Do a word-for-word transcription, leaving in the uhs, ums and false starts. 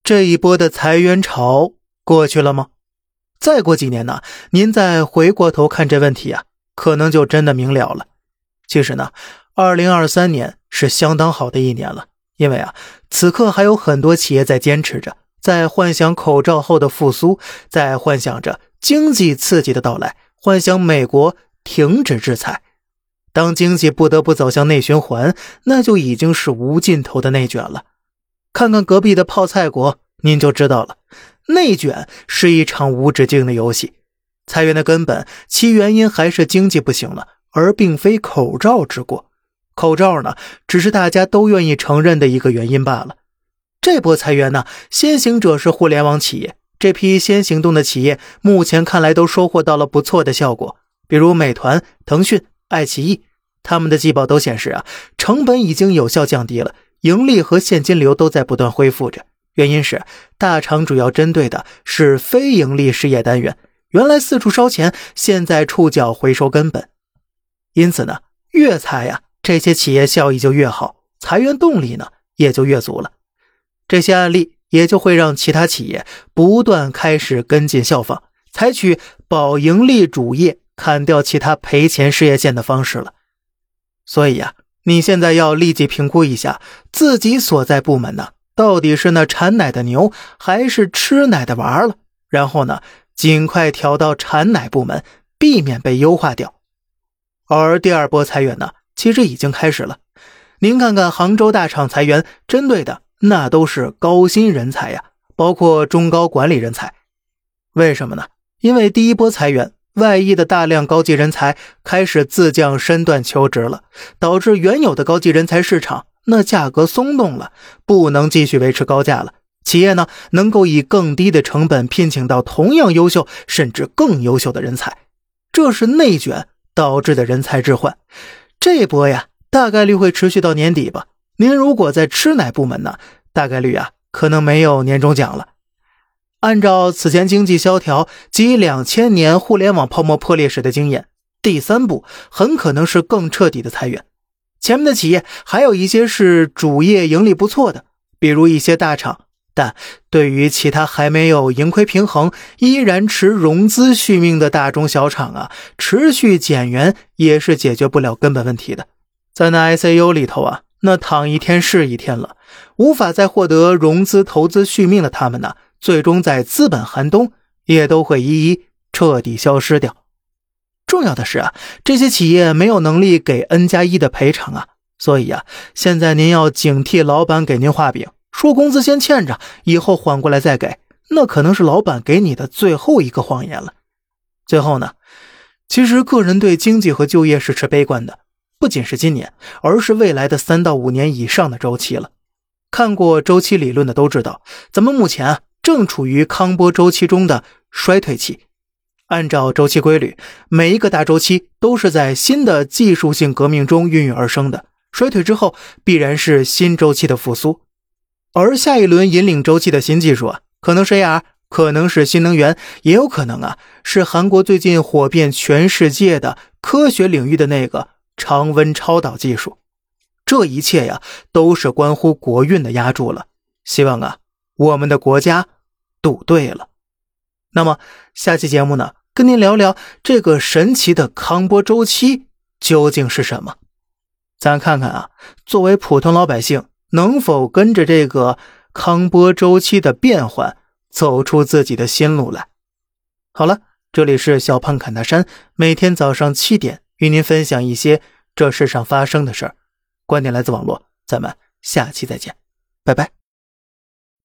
这一波的裁员潮过去了吗？再过几年呢，您再回过头看这问题啊，可能就真的明了了。其实呢，二零二三年是相当好的一年了，因为啊，此刻还有很多企业在坚持着，在幻想口罩后的复苏，在幻想着经济刺激的到来，幻想美国停止制裁。当经济不得不走向内循环，那就已经是无尽头的内卷了。看看隔壁的泡菜国，您就知道了，内卷是一场无止境的游戏。裁员的根本，其原因还是经济不行了，而并非口罩之过。口罩呢，只是大家都愿意承认的一个原因罢了。这波裁员呢，先行者是互联网企业，这批先行动的企业目前看来都收获到了不错的效果，比如美团、腾讯、爱奇艺，他们的季报都显示啊，成本已经有效降低了，盈利和现金流都在不断恢复着。原因是大厂主要针对的是非盈利事业单元，原来四处烧钱，现在触角回收根本。因此呢，越裁呀，这些企业效益就越好，裁员动力呢也就越足了。这些案例也就会让其他企业不断开始跟进效仿，采取保盈利主业砍掉其他赔钱事业线的方式了。所以呀、啊，你现在要立即评估一下自己所在部门呢，到底是那产奶的牛还是吃奶的娃了，然后呢尽快调到产奶部门，避免被优化掉。而第二波裁员呢，其实已经开始了。您看看杭州大厂裁员，针对的那都是高薪人才呀，包括中高管理人才。为什么呢？因为第一波裁员，外溢的大量高级人才开始自降身段求职了，导致原有的高级人才市场那价格松动了，不能继续维持高价了。企业呢，能够以更低的成本聘请到同样优秀甚至更优秀的人才，这是内卷导致的人才置换。这波呀，大概率会持续到年底吧。您如果在吃奶部门呢，大概率啊，可能没有年终奖了。按照此前经济萧条及两千年互联网泡沫破裂时的经验，第三步很可能是更彻底的裁员。前面的企业还有一些是主业盈利不错的，比如一些大厂，但对于其他还没有盈亏平衡，依然持融资续命的大中小厂啊，持续减员也是解决不了根本问题的。在那 I C U 里头啊，那躺一天是一天了，无法再获得融资投资续命的他们呢，最终在资本寒冬也都会一一彻底消失掉。重要的是啊，这些企业没有能力给 N 加一的赔偿啊，所以啊，现在您要警惕老板给您画饼，说工资先欠着，以后缓过来再给，那可能是老板给你的最后一个谎言了。最后呢，其实个人对经济和就业是持悲观的，不仅是今年，而是未来的三到五年以上的周期了。看过周期理论的都知道，咱们目前啊正处于康波周期中的衰退期。按照周期规律，每一个大周期都是在新的技术性革命中孕育而生的，衰退之后必然是新周期的复苏。而下一轮引领周期的新技术啊，可能是 A R， 可能是新能源，也有可能啊是韩国最近火遍全世界的科学领域的那个常温超导技术。这一切呀，都是关乎国运的压注了。希望啊，我们的国家赌对了。那么下期节目呢，跟您聊聊这个神奇的康波周期究竟是什么。咱看看啊，作为普通老百姓，能否跟着这个康波周期的变换，走出自己的心路来。好了，这里是小胖侃大山，每天早上七点与您分享一些这世上发生的事儿。观点来自网络，咱们下期再见，拜拜。